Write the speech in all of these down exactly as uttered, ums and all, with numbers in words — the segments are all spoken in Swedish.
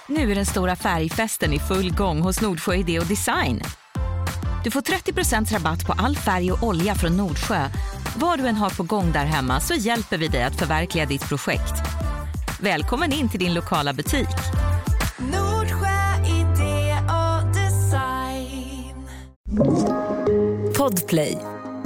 Nu är den stora färgfesten i full gång hos Nordsjö Idé och Design. Du får trettio procent rabatt på all färg och olja från Nordsjö. Vad du än har på gång där hemma så hjälper vi dig att förverkliga ditt projekt. Välkommen in till din lokala butik. Nordsjö Idé och Design. Podplay.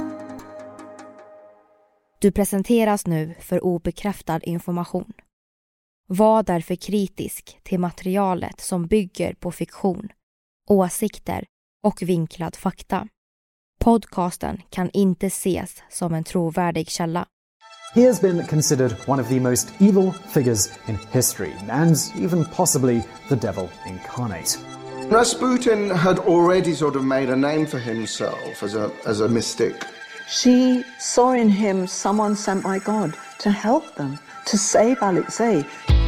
Du presenteras nu för obekräftad information. Var därför kritisk till materialet som bygger på fiktion, åsikter och vinklad fakta. Podcasten kan inte ses som en trovärdig källa. He has been considered one of the most evil figures in history, and even possibly the devil incarnate. Rasputin had already sort of made a name for himself as a, as a mystic. She saw in him someone sent by God to help them, to save Alexei.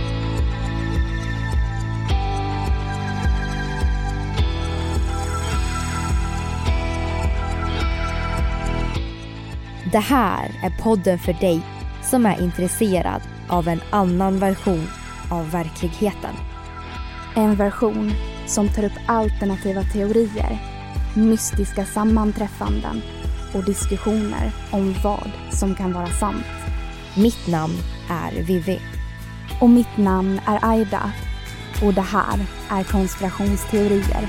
Det här är podden för dig som är intresserad av en annan version av verkligheten. En version som tar upp alternativa teorier, mystiska sammanträffanden och diskussioner om vad som kan vara sant. Mitt namn är Vivi. Och mitt namn är Aida. Och det här är konspirationsteorier.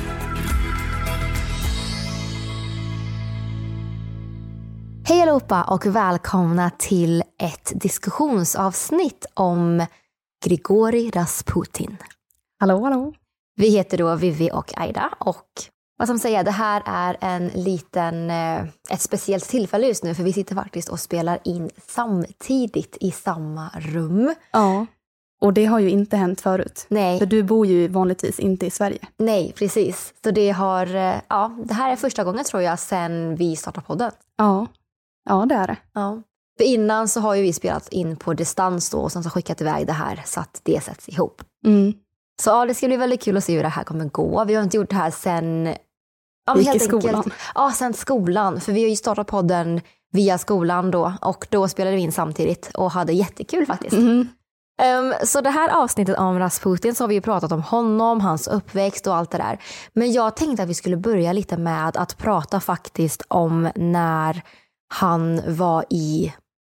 Hej allihopa och välkomna till ett diskussionsavsnitt om Grigorij Rasputin. Hallå, hallå. Vi heter då Vivi och Aida och vad som säger, det här är en liten, ett speciellt tillfälle just nu för vi sitter faktiskt och spelar in samtidigt i samma rum. Ja, och det har ju inte hänt förut. Nej. För du bor ju vanligtvis inte i Sverige. Nej, precis. Så det har, ja, det här är första gången tror jag sedan vi startade podden. Ja. Ja, det är det. Ja. För innan så har ju vi spelat in på distans då och sen så skickat iväg det här så att det sätts ihop. Mm. Så ja, det ska bli väldigt kul att se hur det här kommer gå. Vi har inte gjort det här sen... Ja, gick helt i skolan. Enkelt, ja, sen skolan. För vi har ju startat podden via skolan då och då spelade vi in samtidigt och hade jättekul faktiskt. Mm. Um, så det här avsnittet om Rasputin så har vi ju pratat om honom, hans uppväxt och allt det där. Men jag tänkte att vi skulle börja lite med att prata faktiskt om när han var i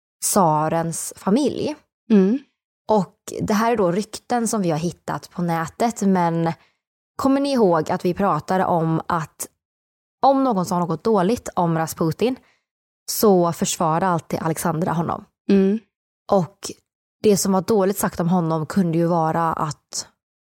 tsarens familj. Mm. Och det här är då rykten som vi har hittat på nätet. Men kommer ni ihåg att vi pratade om att om någon sa något dåligt om Rasputin så försvarade alltid Alexandra honom. Mm. Och det som var dåligt sagt om honom kunde ju vara att,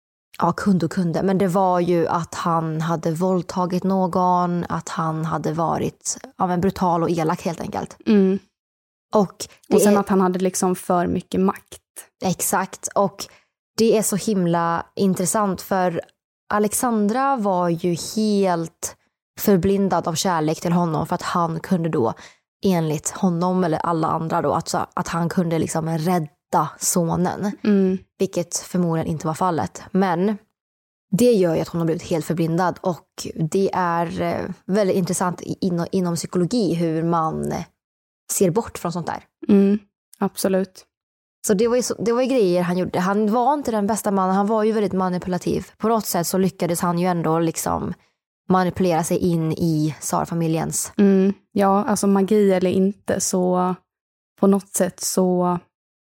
ja kunde och kunde, men det var ju att han hade våldtagit någon, att han hade varit ja, men brutal och elak helt enkelt. Mm. Och, och sen är, att han hade liksom för mycket makt. Exakt, och det är så himla intressant för Alexandra var ju helt förblindad av kärlek till honom för att han kunde då enligt honom eller alla andra då alltså, att han kunde liksom rädda sonen. Mm. Vilket förmodligen inte var fallet. Men det gör ju att hon har blivit helt förblindad och det är väldigt intressant inom, inom psykologi hur man ser bort från sånt där. Mm. Absolut. Så det var, ju så, det var ju grejer han gjorde. Han var inte den bästa mannen, han var ju väldigt manipulativ. På något sätt så lyckades han ju ändå liksom manipulera sig in i tsarfamiljens. Mm. Ja, alltså magi eller inte så på något sätt så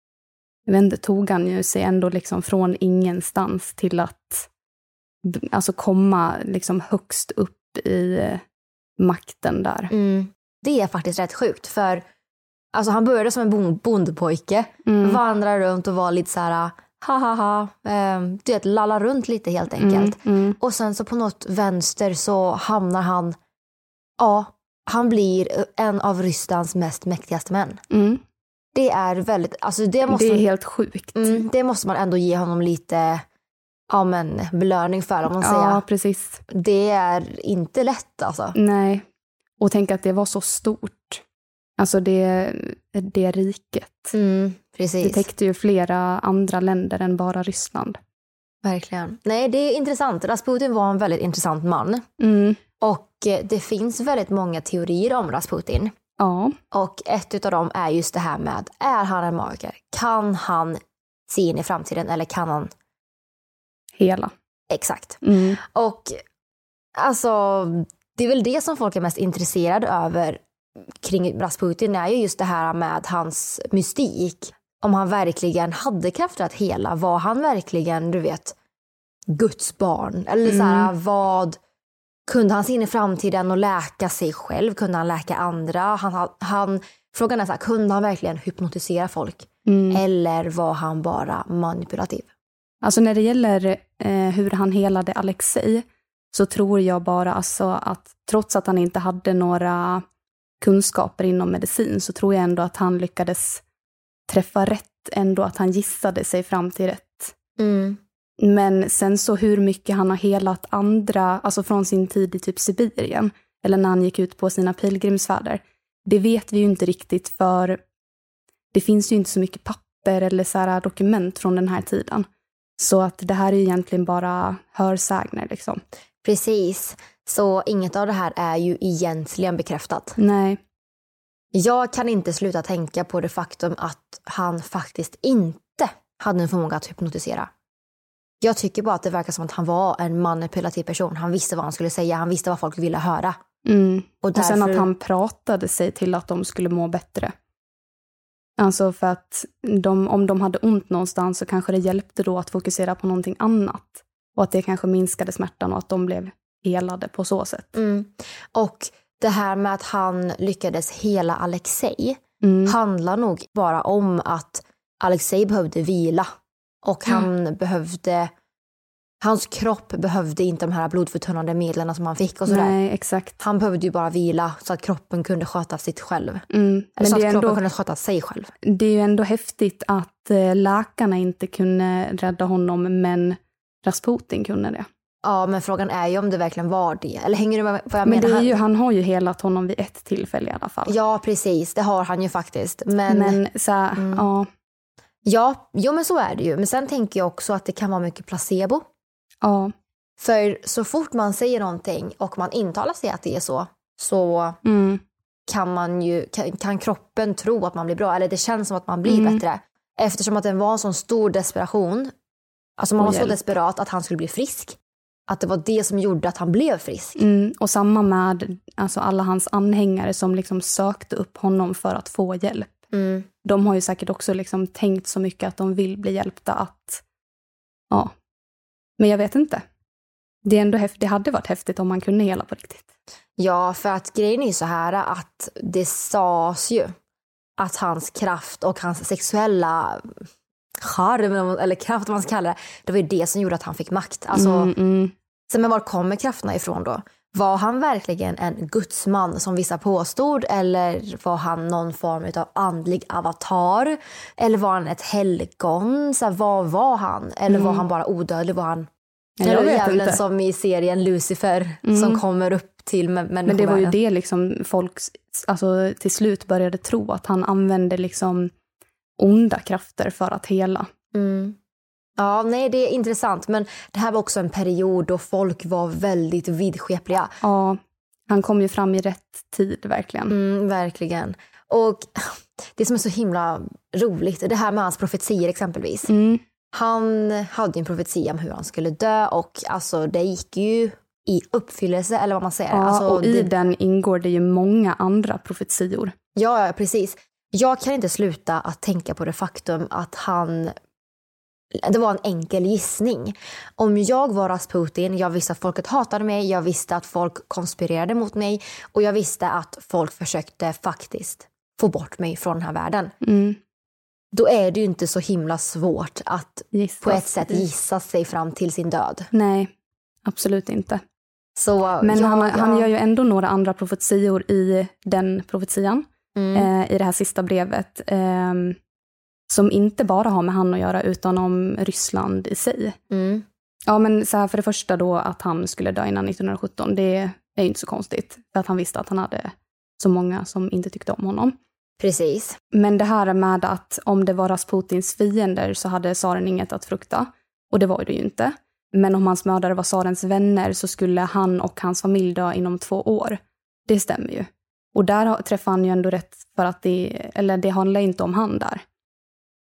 jag vet inte, tog han ju sig ändå liksom från ingenstans till att alltså komma liksom högst upp i makten där. Mm. Det är faktiskt rätt sjukt för alltså han började som en bondpojke, mm. vandrade runt och var lite så här ha ha ha, eh, du vet, lalla runt lite helt enkelt. Mm. Mm. Och sen så på något vänster så hamnar han, ja, han blir en av Rysslands mest mäktigaste män. Mm. Det är väldigt, alltså det måste det är helt sjukt. Mm, det måste man ändå ge honom lite ja men belöning för om man säger. Ja, precis. Det är inte lätt alltså. Nej. Och tänk att det var så stort. Alltså det, det riket. Mm, precis. Det täckte ju flera andra länder än bara Ryssland. Verkligen. Nej, det är intressant. Rasputin var en väldigt intressant man. Mm. Och det finns väldigt många teorier om Rasputin. Ja. Och ett av dem är just det här med, är han en magiker? Kan han se in i framtiden eller kan han hela. Exakt. Mm. Och alltså, det är väl det som folk är mest intresserade över kring Rasputin, är ju just det här med hans mystik. Om han verkligen hade krafter att hela, var han verkligen, du vet, Guds barn? Eller så här, Mm. vad kunde han se in i framtiden och läka sig själv? Kunde han läka andra? Han, han, frågan är så här, kunde han verkligen hypnotisera folk? Mm. Eller var han bara manipulativ? Alltså när det gäller eh, hur han helade Alexei, så tror jag bara alltså att trots att han inte hade några kunskaper inom medicin, så tror jag ändå att han lyckades träffa rätt, ändå att han gissade sig fram till rätt. Mm. Men sen så hur mycket han har helat andra, alltså från sin tid i typ Sibirien, eller när han gick ut på sina pilgrimsfärder, det vet vi ju inte riktigt, för det finns ju inte så mycket papper eller så här dokument från den här tiden. Så att det här är ju egentligen bara hörsägner liksom. Precis, så inget av det här är ju egentligen bekräftat. Nej. Jag kan inte sluta tänka på det faktum att han faktiskt inte hade en förmåga att hypnotisera. Jag tycker bara att det verkar som att han var en manipulativ person. Han visste vad han skulle säga, han visste vad folk ville höra. Mm. Och, och därför... sen att han pratade sig till att de skulle må bättre. Alltså för att de, om de hade ont någonstans så kanske det hjälpte då att fokusera på någonting annat. Och att det kanske minskade smärtan och att de blev helade på så sätt. Mm. Och det här med att han lyckades hela Alexei mm. handlar nog bara om att Alexei behövde vila. Och han mm. behövde... Hans kropp behövde inte de här blodförtunnande medlen som han fick och sådär. Nej, exakt. Han behövde ju bara vila så att kroppen kunde sköta sitt själv. Mm. Eller så Men det att är kroppen ändå, kunde sköta sig själv. Det är ju ändå häftigt att läkarna inte kunde rädda honom, men Rasputin kunde det. Ja, men frågan är ju om det verkligen var det. Eller hänger du med vad jag men menar? Det är ju, han har ju helat honom vid ett tillfälle i alla fall. Ja, precis. Det har han ju faktiskt. Men, men så här, mm. ja. Ja, jo, men så är det ju. Men sen tänker jag också att det kan vara mycket placebo. Ja. För så fort man säger någonting och man intalar sig att det är så, så mm. kan man ju, kan, kan kroppen tro att man blir bra. Eller det känns som att man blir mm. bättre. Eftersom att det var en sån stor desperation. Alltså man och var hjälp. så desperat att han skulle bli frisk. Att det var det som gjorde att han blev frisk. Mm. Och samma med alltså alla hans anhängare som liksom sökte upp honom för att få hjälp. Mm. De har ju säkert också liksom tänkt så mycket att de vill bli hjälpta att, ja. Men jag vet inte. Det är ändå häftigt. Det hade varit häftigt om man kunde hela på riktigt. Ja, för att grejen är ju så här att det sades ju att hans kraft och hans sexuella charm, eller kraft vad man ska kalla det, det var ju det som gjorde att han fick makt. Alltså, mm, mm. Så men var kommer krafterna ifrån då? Var han verkligen en gudsman som vissa påstod, eller var han någon form av andlig avatar? Eller var han ett helgon? Så här, vad var han? Eller mm. var han bara odödlig? Var han eller djävulen som i serien Lucifer mm. som kommer upp till människovärlden? Men det var ju det liksom folk alltså, till slut började tro, att han använde liksom onda krafter för att hela. Mm. Ja, nej, det är intressant. Men det här var också en period då folk var väldigt vidskepliga. Ja, han kom ju fram i rätt tid, verkligen. Mm, verkligen. Och det som är så himla roligt, det här med hans profetier exempelvis. Mm. Han hade ju en profetia om hur han skulle dö, och alltså det gick ju i uppfyllelse, eller vad man säger. Ja, alltså, och i det... den ingår det ju många andra profetior. Ja, ja, precis. Jag kan inte sluta att tänka på det faktum att han... Det var en enkel gissning. Om jag var Rasputin, jag visste att folket hatade mig, jag visste att folk konspirerade mot mig, och jag visste att folk försökte faktiskt få bort mig från den här världen. Mm. Då är det ju inte så himla svårt att Gissas. på ett sätt gissa sig fram till sin död. Nej, absolut inte. Så, Men ja, han, ja. han gör ju ändå några andra profetior i den profetian, mm. eh, i det här sista brevet. Eh, som inte bara har med han att göra, utan om Ryssland i sig. Mm. Ja, men så här, för det första då att han skulle dö innan nittonhundrasjutton, det är ju inte så konstigt. För att han visste att han hade så många som inte tyckte om honom. Precis. Men det här med att om det var Rasputins fiender så hade tsaren inget att frukta. Och det var det ju inte. Men om hans mördare var tsarens vänner så skulle han och hans familj dö inom två år. Det stämmer ju. Och där träffade han ju ändå rätt, för att det, eller det handlar inte om han där.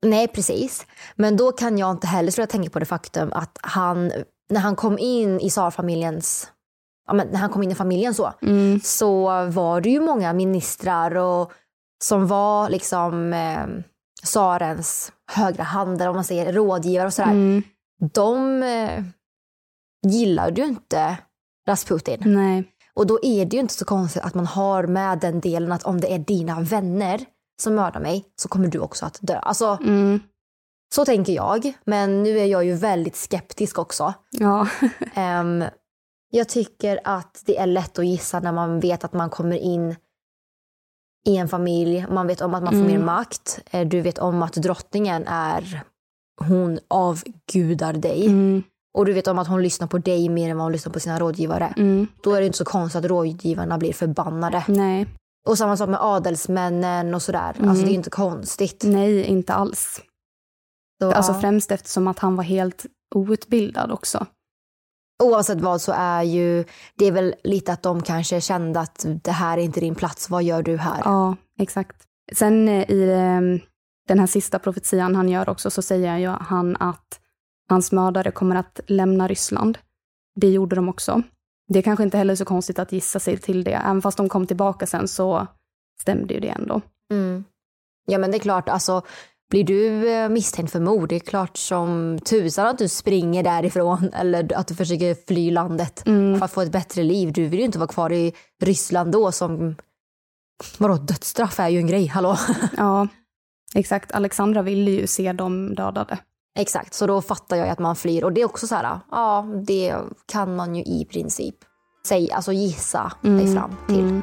Nej, precis. Men då kan jag inte heller så jag tänker på det faktum att han, när han kom in i Tsar-familjens, ja, men när han kom in i familjen så, mm. så var det ju många ministrar och som var liksom eh, tsarens högra hand, om man säger rådgivare och sådär. Mm. De eh, gillade ju inte Rasputin. Nej. Och då är det ju inte så konstigt att man har med den delen att om det är dina vänner som mördar mig så kommer du också att dö. Alltså, mm. så tänker jag. Men nu är jag ju väldigt skeptisk också. Ja. um, jag tycker att det är lätt att gissa när man vet att man kommer in i en familj. Man vet om att man får mm. mer makt. Du vet om att drottningen är, hon avgudar dig. Mm. Och du vet om att hon lyssnar på dig mer än vad hon lyssnar på sina rådgivare. Mm. Då är det inte så konstigt att rådgivarna blir förbannade. Nej. Och samma sak med adelsmännen och sådär. Mm. Alltså det är inte konstigt. Nej, inte alls. Så, alltså ja. Främst eftersom att han var helt outbildad också. Oavsett vad så är ju, det är väl lite att de kanske kände att det här är inte din plats, vad gör du här? Ja, exakt. Sen i den här sista profetian han gör också så säger ju han att hans mördare kommer att lämna Ryssland. Det gjorde de också. Det är kanske inte heller så konstigt att gissa sig till det. Även fast de kom tillbaka sen så stämde ju det ändå. Mm. Ja men det är klart, alltså blir du misstänkt för mord, det är klart som tusan att du springer därifrån eller att du försöker fly landet mm. för att få ett bättre liv. Du vill ju inte vara kvar i Ryssland då som, vadå, dödsstraff är ju en grej, hallå? Ja, exakt. Alexandra ville ju se dem dödade. Exakt, så då fattar jag att man flyr. Och det är också så här, ja, det kan man ju i princip säga, alltså gissa mm. dig fram till. Mm.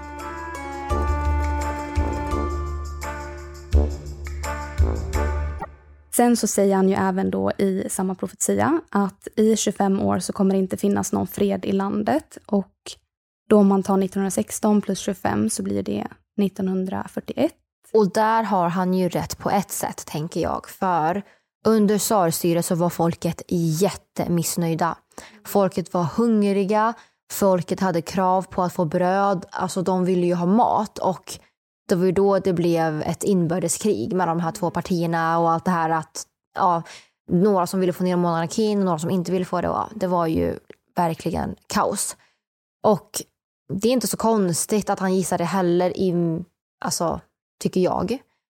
Sen så säger han ju även då i samma profetia att i tjugofem år så kommer det inte finnas någon fred i landet. Och då om man tar nittonhundrasexton plus tjugofem så blir det nittonhundrafyrtioett. Och där har han ju rätt på ett sätt, tänker jag. För under tsarstyret så var folket jättemissnöjda. Folket var hungriga. Folket hade krav på att få bröd. Alltså de ville ju ha mat. Och det var ju då det blev ett inbördeskrig med de här två partierna. Och allt det här att ja, några som ville få ner monarkin och några som inte ville få det. Ja, det var ju verkligen kaos. Och det är inte så konstigt att han gissade heller i, alltså tycker jag.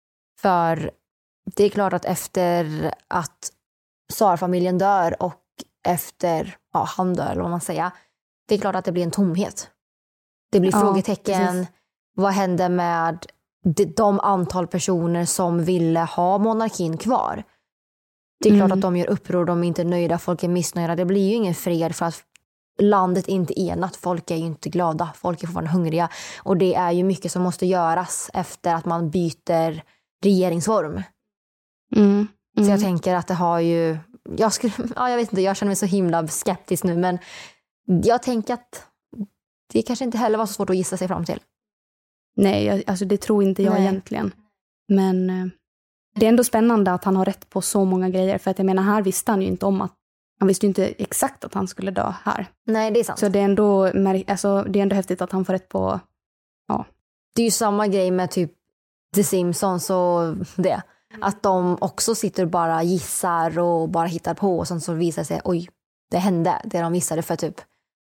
För det är klart att efter att tsarfamiljen dör och efter ja, han dör, eller vad man säger, det är klart att det blir en tomhet. Det blir ja, frågetecken. Precis. Vad hände med de, de antal personer som ville ha monarkin kvar? Det är mm. klart att de gör uppror, de är inte nöjda, folk är missnöjda. Det blir ju ingen fred för att landet är inte enat. Folk är ju inte glada, folk är fortfarande hungriga. Och det är ju mycket som måste göras efter att man byter regeringsform. Mm. Mm. Så jag tänker att det har ju jag skulle, ja, jag vet inte, jag känner mig så himla skeptisk nu, men jag tänker att det kanske inte heller var så svårt att gissa sig fram till. Nej, jag, alltså det tror inte jag Nej. egentligen. Men eh, det är ändå spännande att han har rätt på så många grejer, för att jag menar, här visste han ju inte om att han visste ju inte exakt att han skulle dö här. Nej, det är sant. Så det är ändå, alltså, det är ändå häftigt att han får rätt på, ja. Det är ju samma grej med typ The Simpsons och det. Att de också sitter och bara gissar och bara hittar på, och sen så visar det sig, oj, det hände. Det de gissade för typ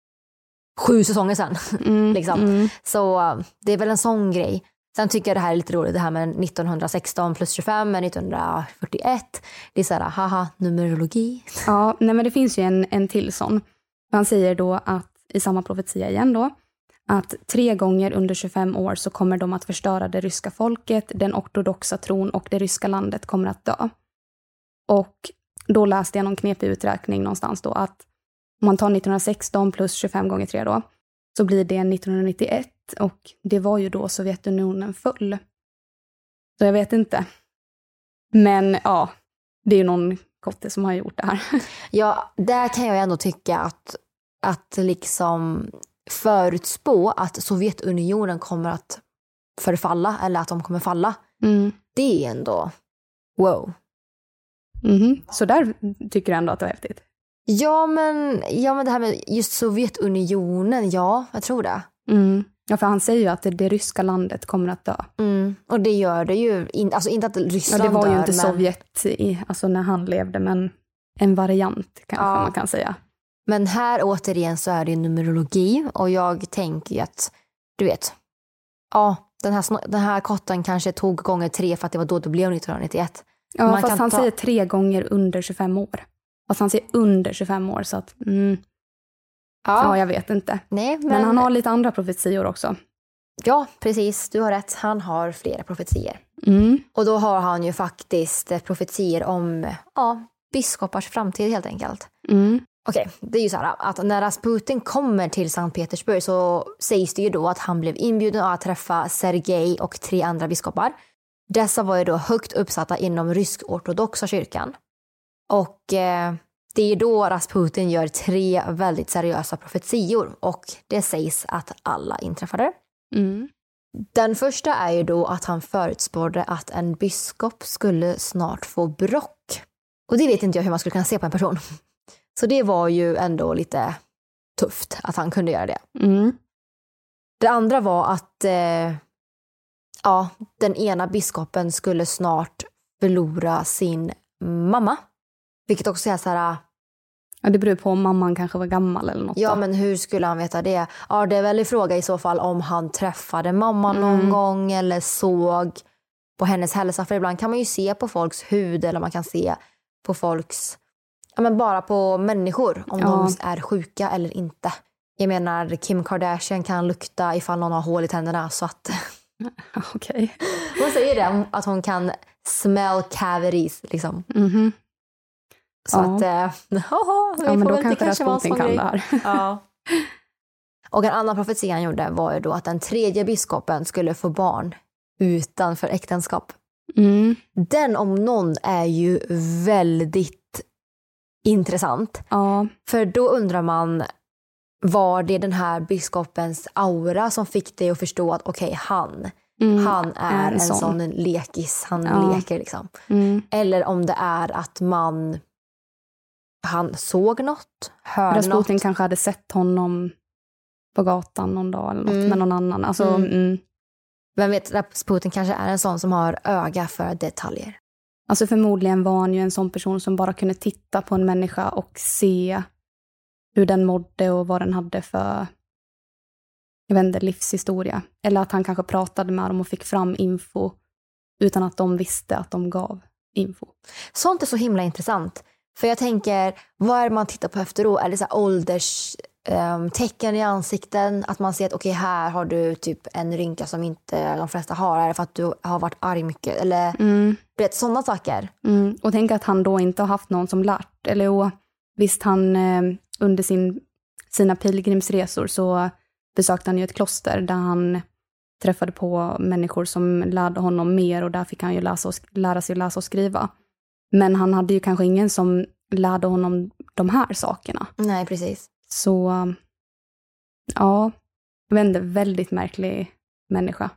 sju säsonger sedan. Mm, liksom. mm. Så det är väl en sån grej. Sen tycker jag det här är lite roligt, det här med nittonhundrasexton plus tjugofem med nittonhundrafyrtioett. Det är så här, haha, numerologi. Ja, nej men det finns ju en, en till sån. Han säger då att, i samma profetia igen då, att tre gånger under tjugofem år så kommer de att förstöra det ryska folket, den ortodoxa tron och det ryska landet kommer att dö. Och då läste jag någon knepig uträkning någonstans då, att om man tar nittonhundrasexton plus tjugofem gånger tre då, så blir det nittonhundranittioett, och det var ju då Sovjetunionen föll. Så jag vet inte. Men ja, det är ju någon kotte som har gjort det här. Ja, där kan jag ändå tycka att, att liksom förutspå att Sovjetunionen kommer att förfalla, eller att de kommer falla. Mm. Det är ändå wow. Mm-hmm. Så där tycker du ändå att det är häftigt? Ja men, ja, men det här med just Sovjetunionen, ja, jag tror det. Mm. Ja, för han säger ju att det, det ryska landet kommer att dö. Mm. Och det gör det ju. In, alltså inte att Ryssland ja, det var ju dör, inte men... Sovjet i, alltså när han levde, men en variant kanske ja. man kan säga. Men här återigen så är det numerologi. Och jag tänker ju att, du vet, ja, den här, den här kotten kanske tog gånger tre för att det var då det blev nittonhundranittioett. Ja, man fast han ta... säger tre gånger under tjugofem år. Fast han säger under tjugofem år, så att... Mm, ja. ja, jag vet inte. Nej, men... men han har lite andra profetior också. Ja, precis. Du har rätt. Han har flera profetier. Mm. Och då har han ju faktiskt profetier om ja, biskopars framtid helt enkelt. Mm. Okej, det är ju så här att när Rasputin kommer till Sankt Petersburg så sägs det ju då att han blev inbjuden att träffa Sergej och tre andra biskopar. Dessa var ju då högt uppsatta inom rysk-ortodoxa kyrkan. Och eh, det är då Rasputin gör tre väldigt seriösa profetior och det sägs att alla inträffade. Mm. Den första är ju då att han förutspådde att en biskop skulle snart få bråck. Och det vet inte jag hur man skulle kunna se på en person. Så det var ju ändå lite tufft att han kunde göra det. Mm. Det andra var att eh, ja, den ena biskopen skulle snart förlora sin mamma. Vilket också är så här... Ja, det beror på om mamman kanske var gammal eller något. Ja, då. men hur skulle han veta det? Ja, det är väl en fråga i så fall om han träffade mamman någon mm. gång eller såg på hennes hälsa. För ibland kan man ju se på folks hud eller man kan se på folks... Ja, men bara på människor om ja. de är sjuka eller inte. Jag menar, Kim Kardashian kan lukta ifall någon har hål i tänderna så att... Okej. Okay. Hon säger det, att hon kan smell cavities liksom. Mhm. Så ja. att, äh, haha, ja, men då kanske Rasputin kan det här. Ja. Och en annan profetia han gjorde var ju då att den tredje biskopen skulle få barn utanför äktenskap. Mm. Den om någon är ju väldigt intressant. Ja. För då undrar man, var det den här biskopens aura som fick dig att förstå att okej, okay, han... Mm, Han är en, en sån. sån lekis. Han ja. leker liksom. Mm. Eller om det är att man han såg något, hörde Rasputin något. kanske hade sett honom på gatan någon dag eller något mm. med någon annan. Alltså, mm. Mm. Vem vet, Rasputin kanske är en sån som har öga för detaljer. Alltså förmodligen var han ju en sån person som bara kunde titta på en människa och se hur den mådde och vad den hade för... jag vet inte, livshistoria. Eller att han kanske pratade med dem och fick fram info utan att de visste att de gav info. Sånt är så himla intressant. För jag tänker, vad är det man tittar på efteråt? Är det så här ålders um, tecken i ansikten? Att man ser att okej, okay, här har du typ en rynka som inte de flesta har. Är det för att du har varit arg mycket? Eller mm. vet, sådana saker. Mm. Och tänk att han då inte har haft någon som lärt. Eller och, visst, han eh, under sin, sina pilgrimsresor så besökte han ju ett kloster där han träffade på människor som lärde honom mer och där fick han ju läsa och, lära sig läsa och skriva. Men han hade ju kanske ingen som lärde honom de här sakerna. Nej, precis. Så, ja, jag vet inte, väldigt märklig människa.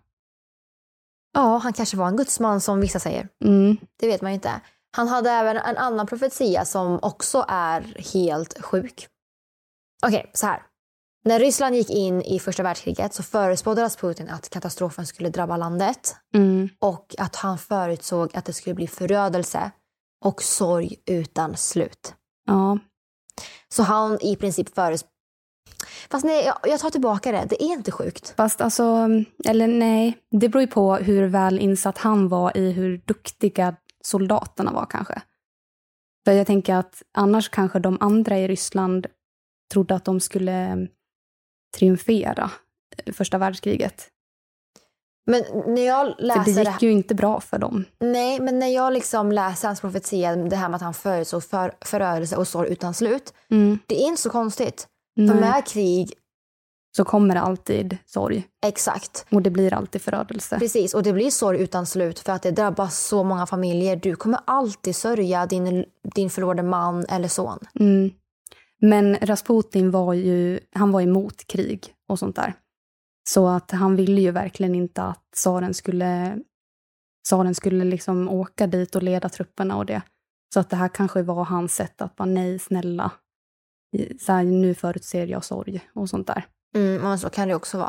Ja, han kanske var en gudsman som vissa säger. Mm. Det vet man ju inte. Han hade även en annan profetia som också är helt sjuk. Okej, okay, så här. När Ryssland gick in i första världskriget så förutspådde Rasputin att katastrofen skulle drabba landet. Mm. Och att han förutsåg att det skulle bli förödelse och sorg utan slut. Ja. Så han i princip förutspådde. Fast nej, jag, jag tar tillbaka det. Det är inte sjukt. Fast alltså, eller nej, det beror ju på hur väl insatt han var i hur duktiga soldaterna var kanske. För jag tänker att annars kanske de andra i Ryssland trodde att de skulle triumfera första världskriget. Men när jag läser... För det gick ju inte bra för dem. Nej, men när jag liksom läser hans profetia, det här med att han förutsåg för, förödelse och sorg utan slut, mm. det är inte så konstigt. Nej. För med krig... så kommer det alltid sorg. Exakt. Och det blir alltid förödelse. Precis, och det blir sorg utan slut för att det drabbar så många familjer. Du kommer alltid sörja din, din förlorade man eller son. Mm. Men Rasputin var ju, han var emot krig och sånt där. Så att han ville ju verkligen inte att tsaren skulle, tsaren skulle liksom åka dit och leda trupperna och det. Så att det här kanske var hans sätt att bara nej, snälla. Så här, nu förutser jag sorg och sånt där. Mm, men så kan det också vara.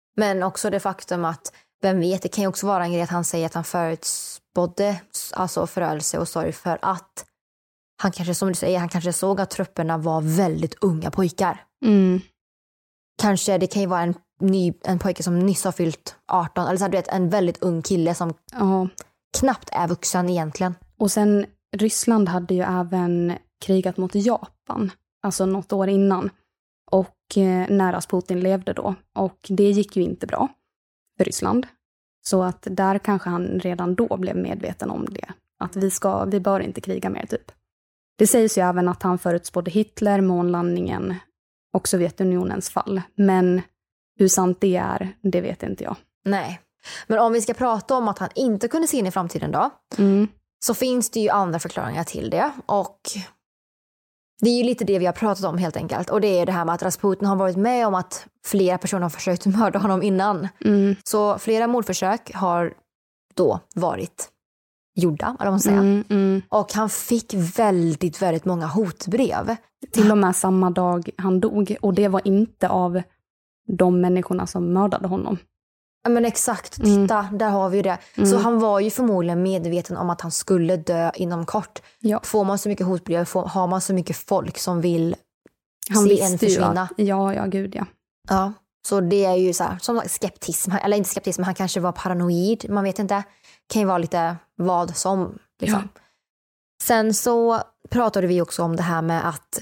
Men också det faktum att, vem vet, det kan ju också vara en grej att han säger att han förutspådde alltså förödelse och sorg för att han kanske, som du säger, han kanske såg att trupperna var väldigt unga pojkar. Mm. Kanske det kan ju vara en, ny, en pojke som nyss har fyllt arton, eller så här, du vet, en väldigt ung kille som Ja. knappt är vuxen egentligen. Och sen Ryssland hade ju även krigat mot Japan, alltså något år innan. Och eh, när Rasputin levde då. Och det gick ju inte bra för Ryssland. Så att där kanske han redan då blev medveten om det. Att vi, ska, vi bör inte kriga mer typ. Det sägs ju även att han förutspådde Hitler, månlandningen och Sovjetunionens fall. Men hur sant det är, det vet inte jag. Nej. Men om vi ska prata om att han inte kunde se in i framtiden då, Mm. så finns det ju andra förklaringar till det. Och det är ju lite det vi har pratat om helt enkelt. Och det är det här med att Rasputin har varit med om att flera personer har försökt mörda honom innan. Mm. Så flera mordförsök har då varit gjorda, eller vad man säger. Mm, mm. Och han fick väldigt, väldigt många hotbrev. Till och med samma dag han dog. Och det var inte av de människorna som mördade honom. Ja, men exakt, titta, mm. där har vi ju det. Mm. Så han var ju förmodligen medveten om att han skulle dö inom kort. Ja. Får man så mycket hotbrev, får, har man så mycket folk som vill Han se visste en ju försvinna. att, ja, ja, gud ja. Ja, så det är ju så här, som sagt, skeptism, eller inte skeptism, han kanske var paranoid, man vet inte. Kan ju vara lite vad som, liksom. Ja. Sen så pratade vi också om det här med att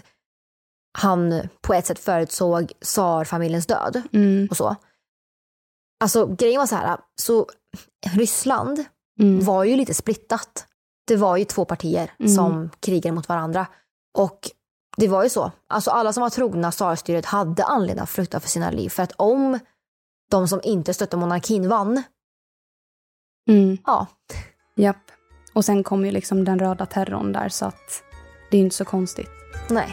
han på ett sätt förutsåg tsarfamiljens död Mm. och så. Alltså grejen var så här, så Ryssland Mm. var ju lite splittat. Det var ju två partier Mm. som krigade mot varandra. Och det var ju så. Alltså alla som var trogna tsarstyret hade anledning att frukta för sina liv. För att om de som inte stötte monarkin vann, Mm. ja. Japp. Och sen kom ju liksom den röda terrorn där, så att det är inte så konstigt. Nej.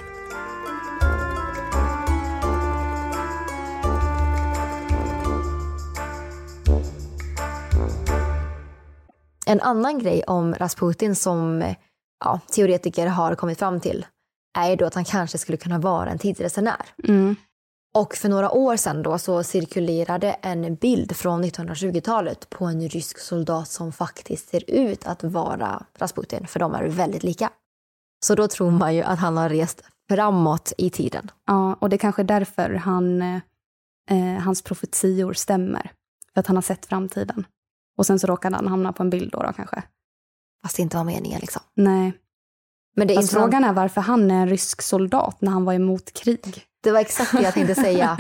En annan grej om Rasputin som ja, teoretiker har kommit fram till är ju då att han kanske skulle kunna vara en tidsresenär. Mm. Och för några år sedan då så cirkulerade en bild från nittonhundratjugotalet på en rysk soldat som faktiskt ser ut att vara Rasputin, för de är väldigt lika. Så då tror man ju att han har rest framåt i tiden. Ja, och det är kanske därför han, eh, hans profetior stämmer. För att han har sett framtiden. Och sen så råkade han hamna på en bild då, då kanske. Fast det inte var meningen liksom. Nej. Men det är Fast intressant. frågan är varför han är en rysk soldat när han var emot krig. Det var exakt det jag tänkte säga.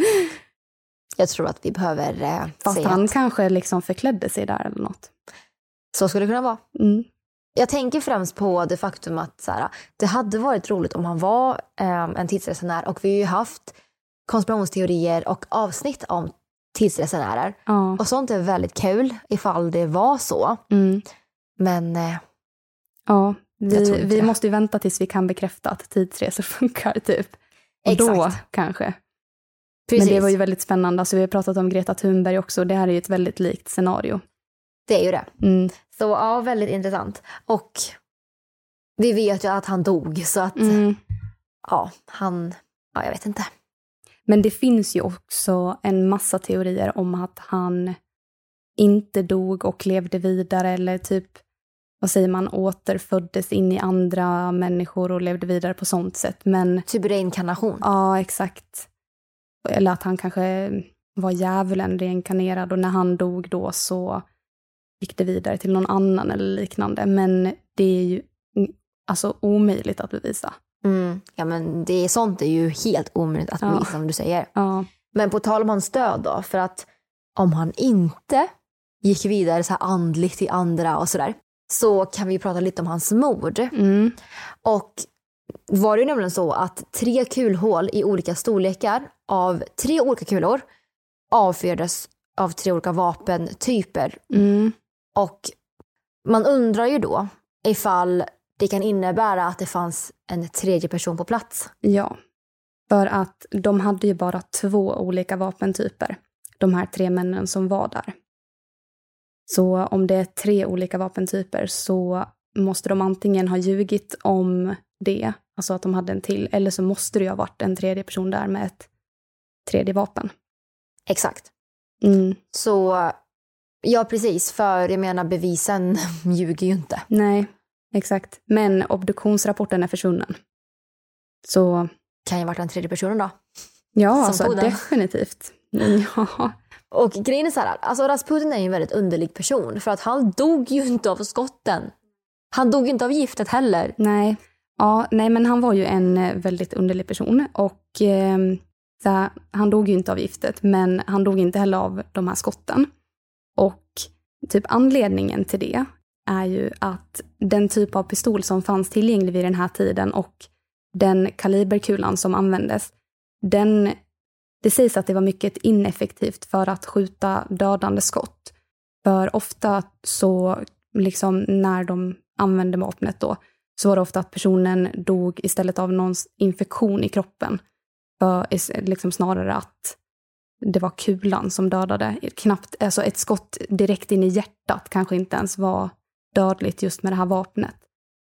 Jag tror att vi behöver eh, Fast säga han att kanske liksom förklädde sig där eller något. så skulle det kunna vara. Mm. Jag tänker främst på det faktum att så här, det hade varit roligt om han var eh, en tidsresenär. Och vi har ju haft konspirationsteorier och avsnitt om tidsresenärer. Ja. Och sånt är väldigt kul ifall det var så. Mm. Men eh, Ja, Jag tror vi, inte vi det. måste ju vänta tills vi kan bekräfta att tidsresor funkar typ. Och exakt. då kanske. Precis. Men det var ju väldigt spännande. Alltså, vi har pratat om Greta Thunberg också. Det här är ju ett väldigt likt scenario. Det är ju det. Mm. Så ja, väldigt intressant. Och vi vet ju att han dog. Så att Mm. ja, han, ja jag vet inte. Men det finns ju också en massa teorier om att han inte dog och levde vidare, eller typ, vad säger man, återföddes in i andra människor och levde vidare på sånt sätt. Men Typ reinkarnation. ja, exakt. Eller att han kanske var djävulen reinkarnerad och när han dog då så gick det vidare till någon annan eller liknande. Men det är ju alltså omöjligt att bevisa. Mm. Ja men det är sånt är ju helt omöjligt att Ja. bevisa som du säger. Ja. Men på tal om hans död då, för att om han inte gick vidare så här andligt till andra och sådär, så kan vi prata lite om hans mord. Mm. Och var det ju nämligen så att tre kulhål i olika storlekar av tre olika kulor avfyrades av tre olika vapentyper. Mm. Och man undrar ju då ifall det kan innebära att det fanns en tredje person på plats. Ja, för att de hade ju bara två olika vapentyper. De här tre männen som var där. Så om det är tre olika vapentyper så måste de antingen ha ljugit om det, alltså att de hade en till, eller så måste det ju ha varit en tredje person där med ett tredje vapen. Exakt. Mm. Så ja, precis. För jag menar, bevisen ljuger ju inte. Nej, exakt. Men obduktionsrapporten är försvunnen. Så... Kan ju varit den tredje personen då. Ja, alltså definitivt. Ja. Och grejen är så här, alltså Rasputin är ju en väldigt underlig person. För att han dog ju inte av skotten. Han dog inte av giftet heller. Nej, ja, nej men han var ju en väldigt underlig person. Och eh, så här, han dog ju inte av giftet. Men han dog inte heller av de här skotten. Och typ anledningen till det är ju att den typ av pistol som fanns tillgänglig vid den här tiden och den kaliberkulan som användes, den, det sägs att det var mycket ineffektivt för att skjuta dödande skott. För ofta så, liksom när de använde vapnet då, så var det ofta att personen dog istället av någons infektion i kroppen. För liksom snarare att det var kulan som dödade. Knappt, alltså ett skott direkt in i hjärtat kanske inte ens var dödligt just med det här vapnet.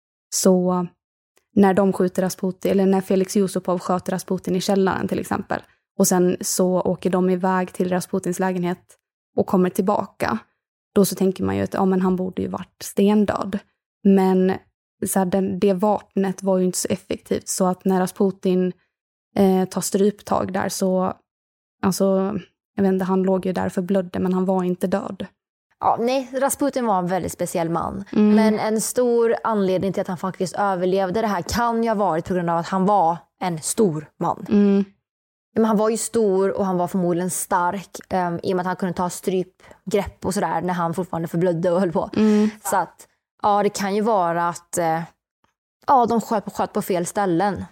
Så när de skjuter Rasputin, eller när Felix Yusupov sköt Rasputin i källaren till exempel, och sen så åker de iväg till Rasputins lägenhet och kommer tillbaka, då så tänker man ju att ja, men han borde ju varit stendöd. Men så här, den, det vapnet var ju inte så effektivt, så att när Rasputin eh, tar stryptag där så, alltså, jag vet inte, han låg ju där för blödde, men han var inte död. Ja, nej, Rasputin var en väldigt speciell man. Mm. Men en stor anledning till att han faktiskt överlevde det här kan ju ha varit på grund av att han var en stor man. Mm. Men han var ju stor och han var förmodligen stark um, i och med att han kunde ta strypgrepp och sådär när han fortfarande förblödde och höll på. Mm. Så att, ja, det kan ju vara att uh, ja, de sköt på, sköt på fel ställen.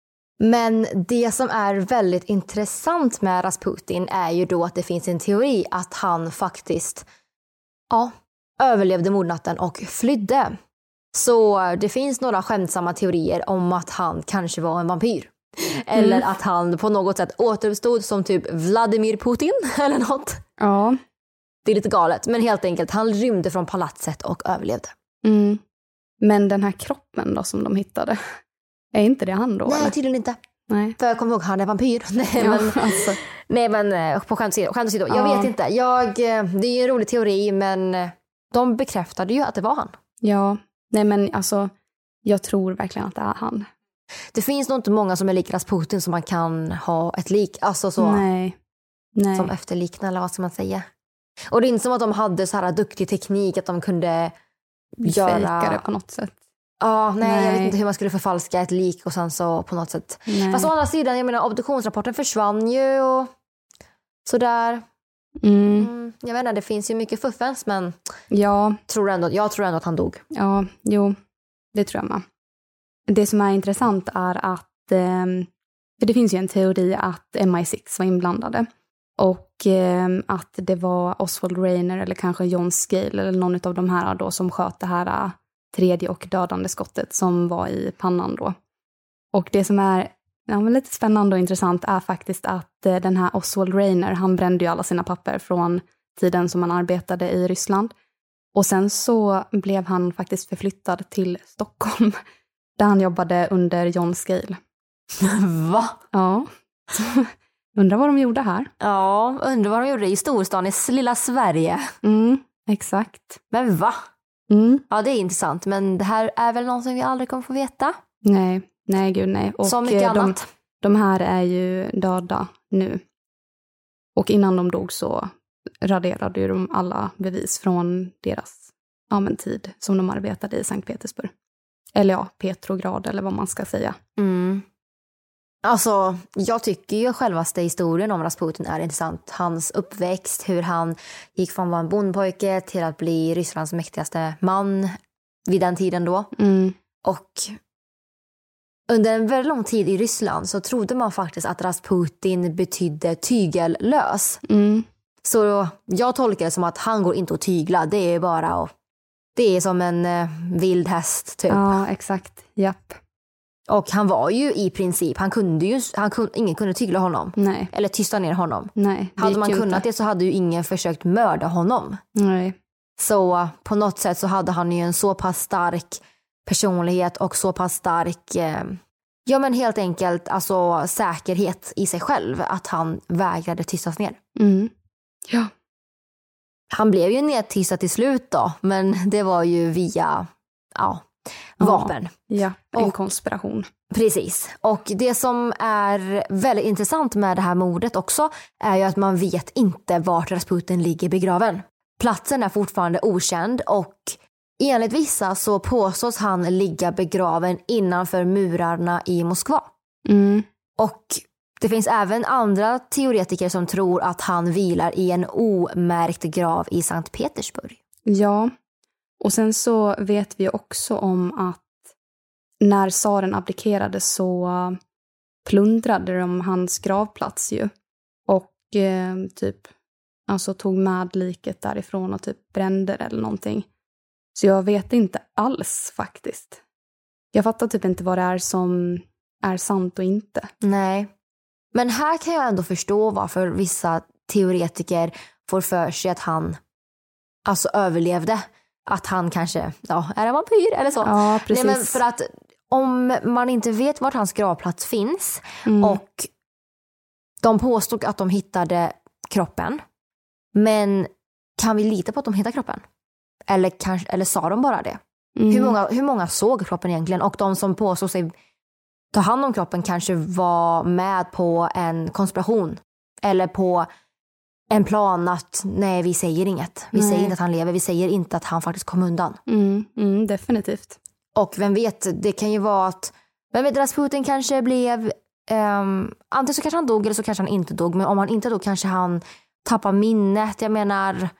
Men det som är väldigt intressant med Rasputin är ju då att det finns en teori att han faktiskt ja, överlevde mordnatten och flydde. Så det finns några skämtsamma teorier om att han kanske var en vampyr. Eller mm. att han på något sätt återuppstod som typ Vladimir Putin eller något. Ja. Det är lite galet, men helt enkelt han rymde från palatset och överlevde. Mm. Men den här kroppen då som de hittade, är inte det han då? Nej, eller? tydligen inte. Nej. För jag kommer ihåg, han är vampyr. Nej, ja, men, alltså. nej, men på skämt åsido. Skämt åsido. Jag ja. vet inte. Jag, det är ju en rolig teori, men de bekräftade ju att det var han. Ja, nej men alltså, jag tror verkligen att det är han. Det finns nog inte många som är lik Rasputin som man kan ha ett lik, alltså så. Nej. Nej. Som efterlikna, eller vad ska man säga. Och det är inte som att de hade så här duktig teknik att de kunde göra... Fejka det på något sätt. Ja, nej, nej, jag vet inte hur man skulle förfalska ett lik och sen så på något sätt. Nej. Fast å andra sidan, jag menar, obduktionsrapporten försvann ju och sådär. Mm. Mm, jag vet inte, det finns ju mycket fuffens, men ja. tror ändå, jag tror ändå att han dog. Ja, jo, det tror jag med. Det som är intressant är att, eh, för det finns ju en teori att M I sex var inblandade. Och eh, att det var Oswald Rayner eller kanske John Scale eller någon av de här då som sköt det här tredje och dödande skottet som var i pannan då. Och det som är ja, men lite spännande och intressant är faktiskt att eh, den här Oswald Rayner, han brände ju alla sina papper från tiden som han arbetade i Ryssland. Och sen så blev han faktiskt förflyttad till Stockholm där han jobbade under John Scale. Va? Ja. Undrar vad de gjorde här. Ja, undrar vad de gjorde i storstan i lilla Sverige. Mm, exakt. Men va? Mm. Ja, det är intressant. Men det här är väl något som vi aldrig kommer få veta. Nej, nej gud nej. Och som mycket de, annat. De här är ju döda nu. Och innan de dog så raderade ju de alla bevis från deras ja, men tid som de arbetade i Sankt Petersburg. Eller ja, Petrograd eller vad man ska säga. Mm. Alltså, jag tycker ju självaste historien om Rasputin är intressant. Hans uppväxt, hur han gick från att vara en bondpojke till att bli Rysslands mäktigaste man vid den tiden då. Mm. Och under en väldigt lång tid i Ryssland så trodde man faktiskt att Rasputin betydde tygellös. Mm. Så jag tolkar det som att han går inte att tygla. Det är bara att, det är som en eh, vild häst typ. Ja, exakt. Japp. Och han var ju i princip, han kunde ju, han kunde, ingen kunde tygla honom. Nej. Eller tysta ner honom. Nej, det hade gick man ju kunnat inte. det så hade ju ingen försökt mörda honom. Nej. Så på något sätt så hade han ju en så pass stark personlighet och så pass stark, eh, ja men helt enkelt alltså säkerhet i sig själv att han vägrade tystas ner. Mm. Ja. han blev ju nedtystad till slut då, men det var ju via ja, vapen. Ja, en och, konspiration. Precis. Och det som är väldigt intressant med det här mordet också är ju att man vet inte vart Rasputin ligger begraven. Platsen är fortfarande okänd och enligt vissa så påstås han ligga begraven innanför murarna i Moskva. Mm. Och det finns även andra teoretiker som tror att han vilar i en omärkt grav i Sankt Petersburg. Ja, och sen så vet vi också om att när tsaren abdikerade så plundrade de hans gravplats ju. Och eh, typ alltså tog med liket därifrån och typ brände det eller någonting. Så jag vet inte alls faktiskt. Jag fattar typ inte vad det är som är sant och inte. Nej. Men här kan jag ändå förstå varför vissa teoretiker får för sig att han alltså överlevde. Att han kanske, ja, är en vampyr eller så. Ja, precis. Nej, men för att om man inte vet vart hans gravplats finns Mm. och de påstod att de hittade kroppen, men kan vi lita på att de hittade kroppen? Eller, kanske, eller sa de bara det? Mm. Hur många, hur många såg kroppen egentligen? Och de som påstod sig ta hand om kroppen kanske var med på en konspiration. Eller på en plan att nej, vi säger inget. Vi Nej. säger inte att han lever. Vi säger inte att han faktiskt kom undan. Mm, mm, definitivt. Och vem vet, det kan ju vara att vem vet, Rasputin kanske blev um, antingen så kanske han dog eller så kanske han inte dog. Men om han inte dog kanske han tappar minnet. Jag menar,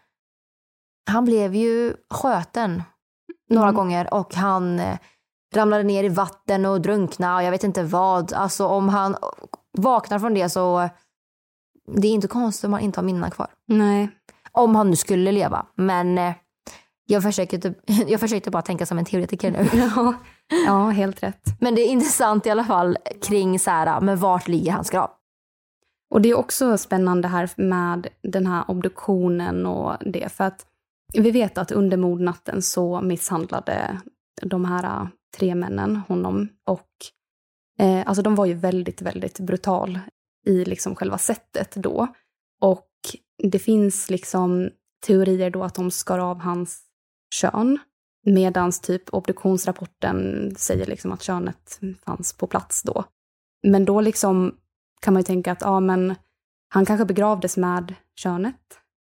han blev ju sköten några Mm. gånger och han eh, ramlade ner i vatten och drunkna och jag vet inte vad. Alltså om han vaknar från det så det är inte konstigt om han inte har minnen kvar. Nej. Om han nu skulle leva. Men eh, jag, försöker typ, jag försökte bara tänka som en teoretiker nu. Ja, ja, helt rätt. Men det är intressant i alla fall kring så här, men vart ligger hans grav? Och det är också spännande här med den här obduktionen och det. För att vi vet att under mordnatten så misshandlade de här tre männen honom. Och eh, alltså de var ju väldigt, väldigt brutal i liksom själva sättet då. Och det finns liksom teorier då att de skar av hans kön. Medans typ obduktionsrapporten säger liksom att könet fanns på plats då. Men då liksom kan man ju tänka att ja, men han kanske begravdes med könet.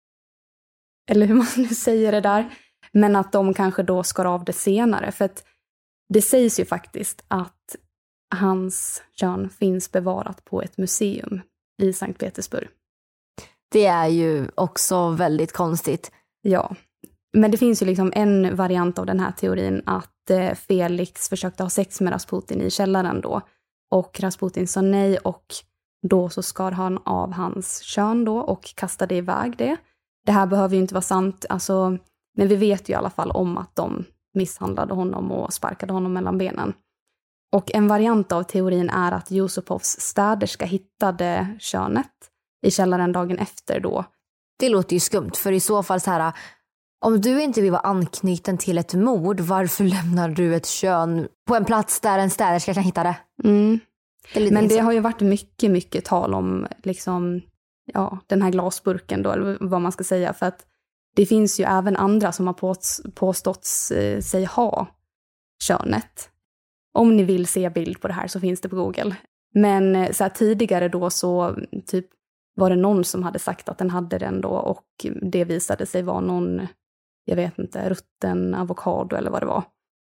Eller hur man nu säger det där. Men att de kanske då skar av det senare. För att det sägs ju faktiskt att hans kön finns bevarat på ett museum i Sankt Petersburg. Det är ju också väldigt konstigt. Ja, men det finns ju liksom en variant av den här teorin att eh, Felix försökte ha sex med Rasputin i källaren då. Och Rasputin sa nej och då så skar han av hans kön då och kastade iväg det. Det här behöver ju inte vara sant, alltså, men vi vet ju i alla fall om att de misshandlade honom och sparkade honom mellan benen. Och en variant av teorin är att Yusupovs städerska hittade könet i källaren dagen efter då. Det låter ju skumt, för i så fall så här, om du inte vill vara anknuten till ett mord, varför lämnar du ett kön på en plats där en städerska kan hitta det? Mm. Det är lite Men det intressant. har ju varit mycket, mycket tal om liksom, ja, den här glasburken då, eller vad man ska säga. För att det finns ju även andra som har pås- påstått eh, sig ha könet. Om ni vill se bild på det här så finns det på Google. Men eh, så här, tidigare då så typ var det någon som hade sagt att den hade den då och det visade sig vara någon, jag vet inte, rutten avokado eller vad det var.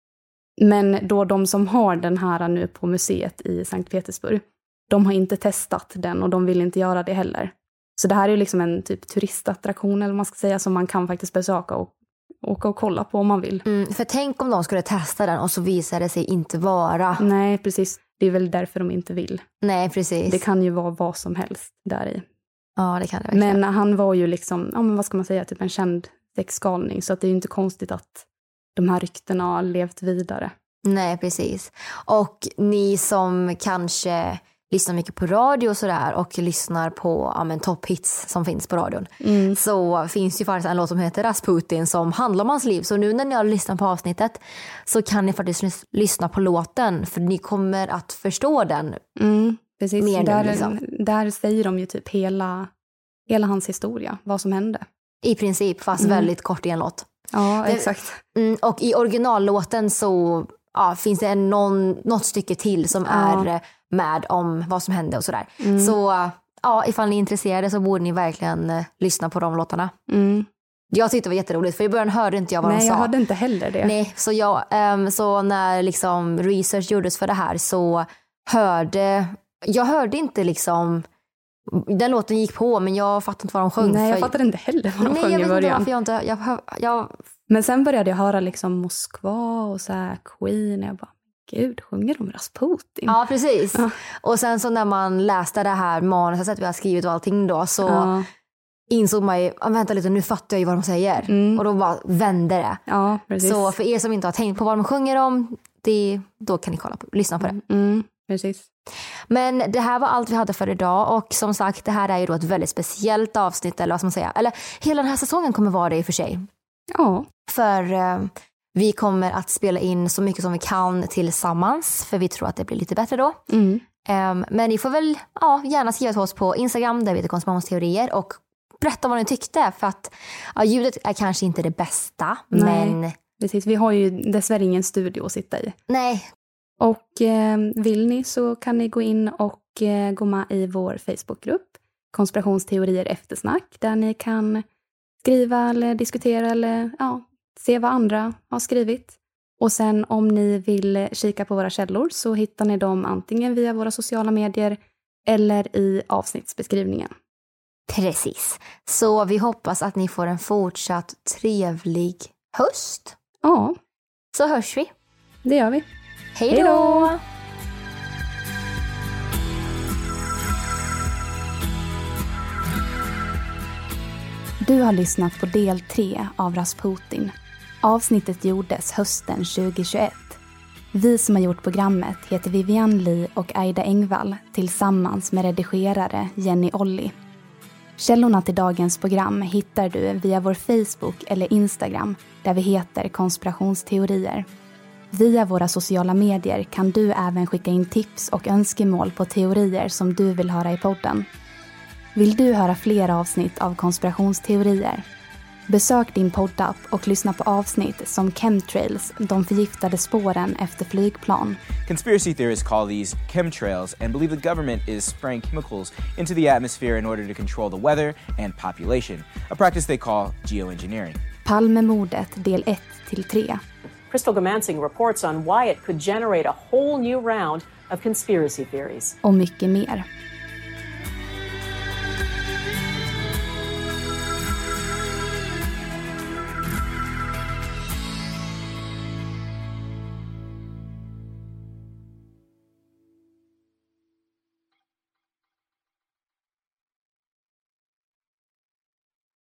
Men då de som har den här nu på museet i Sankt Petersburg, de har inte testat den och de vill inte göra det heller. Så det här är ju liksom en typ turistattraktion eller vad man ska säga som man kan faktiskt besöka och åka och kolla på om man vill. Mm, för tänk om de skulle testa den och så visar det sig inte vara. Nej, precis. Det är väl därför de inte vill. Nej, precis. Det kan ju vara vad som helst där i. Ja, det kan det verkligen. Men han var ju liksom, ja men vad ska man säga, typ en känd sexgalning. Så att det är ju inte konstigt att de här ryktena har levt vidare. Nej, precis. Och ni som kanske lyssnar mycket på radio och sådär och lyssnar på ja, men, topphits som finns på radion. Mm. Så finns ju faktiskt en låt som heter Rasputin som handlar om hans liv. Så nu när ni har lyssnat på avsnittet så kan ni faktiskt lys- lyssna på låten för ni kommer att förstå den. Mm, precis. Mer nu, Där, liksom. där säger de ju typ hela, hela hans historia, vad som hände. I princip, fast mm. väldigt kort i en låt. Ja, exakt. Det, mm, och i originallåten så ja, finns det en, någon, något stycke till som ja. är med om vad som hände och sådär. Mm. Så ja, ifall ni är intresserade så borde ni verkligen uh, lyssna på de låtarna. Mm. Jag tyckte det var jätteroligt, för i början hörde inte jag vad Nej, de sa. Nej, jag hörde inte heller det. Nej, så, jag, um, så när liksom research gjordes för det här så hörde... Jag hörde inte liksom... Den låten gick på, men jag fattade inte vad de sjöng. Nej, jag för... fattade inte heller vad de Nej, sjöng jag i vet början. Inte jag inte, jag, jag... Men sen började jag höra liksom Moskva och så här Queen. Och jag bara, gud, sjunger de Rasputin? Ja, precis. Ja. Och sen så när man läste det här manuset vi har skrivit och allting då, så ja. insåg man ju, vänta lite, nu fattar jag ju vad de säger. Mm. Och då bara vände det. Ja, precis. Så för er som inte har tänkt på vad de sjunger om, det, då kan ni kolla på, lyssna på det. Mm, precis. Men det här var allt vi hade för idag, och som sagt, det här är ju då ett väldigt speciellt avsnitt, eller vad ska man säga, eller hela den här säsongen kommer vara det i och för sig. Ja. För eh, vi kommer att spela in så mycket som vi kan tillsammans, för vi tror att det blir lite bättre då. Mm. Um, men ni får väl ja, gärna skriva till oss på Instagram där vi heter konspirationsteorier och berätta vad ni tyckte, för att ja, ljudet är kanske inte det bästa. Nej, men precis. Vi har ju dessvärre ingen studio att sitta i. Nej. Och eh, vill ni så kan ni gå in och eh, gå med i vår Facebookgrupp Konspirationsteorier eftersnack, där ni kan skriva eller diskutera eller ja, se vad andra har skrivit. Och sen om ni vill kika på våra källor så hittar ni dem antingen via våra sociala medier eller i avsnittsbeskrivningen. Precis. Så vi hoppas att ni får en fortsatt trevlig höst. Ja. Så hörs vi. Det gör vi. Hej då! Du har lyssnat på del tre av Rasputin. Avsnittet gjordes hösten tjugohundratjugoett. Vi som har gjort programmet heter Vivian Lee och Aida Engvall tillsammans med redigerare Jenny Olli. Källorna till dagens program hittar du via vår Facebook eller Instagram där vi heter Konspirationsteorier. Via våra sociala medier kan du även skicka in tips och önskemål på teorier som du vill höra i podden. Vill du höra fler avsnitt av konspirationsteorier? Besök din poddapp och lyssna på avsnitt som Chemtrails, de förgiftade spåren efter flygplan. Conspiracy theorists call these chemtrails and believe the government is spraying chemicals into the atmosphere in order to control the weather and population, a practice they call geoengineering. Palmemordet del ett till tre. Crystal Gamansing reports on why it could generate a whole new round of conspiracy theories. Och mycket mer.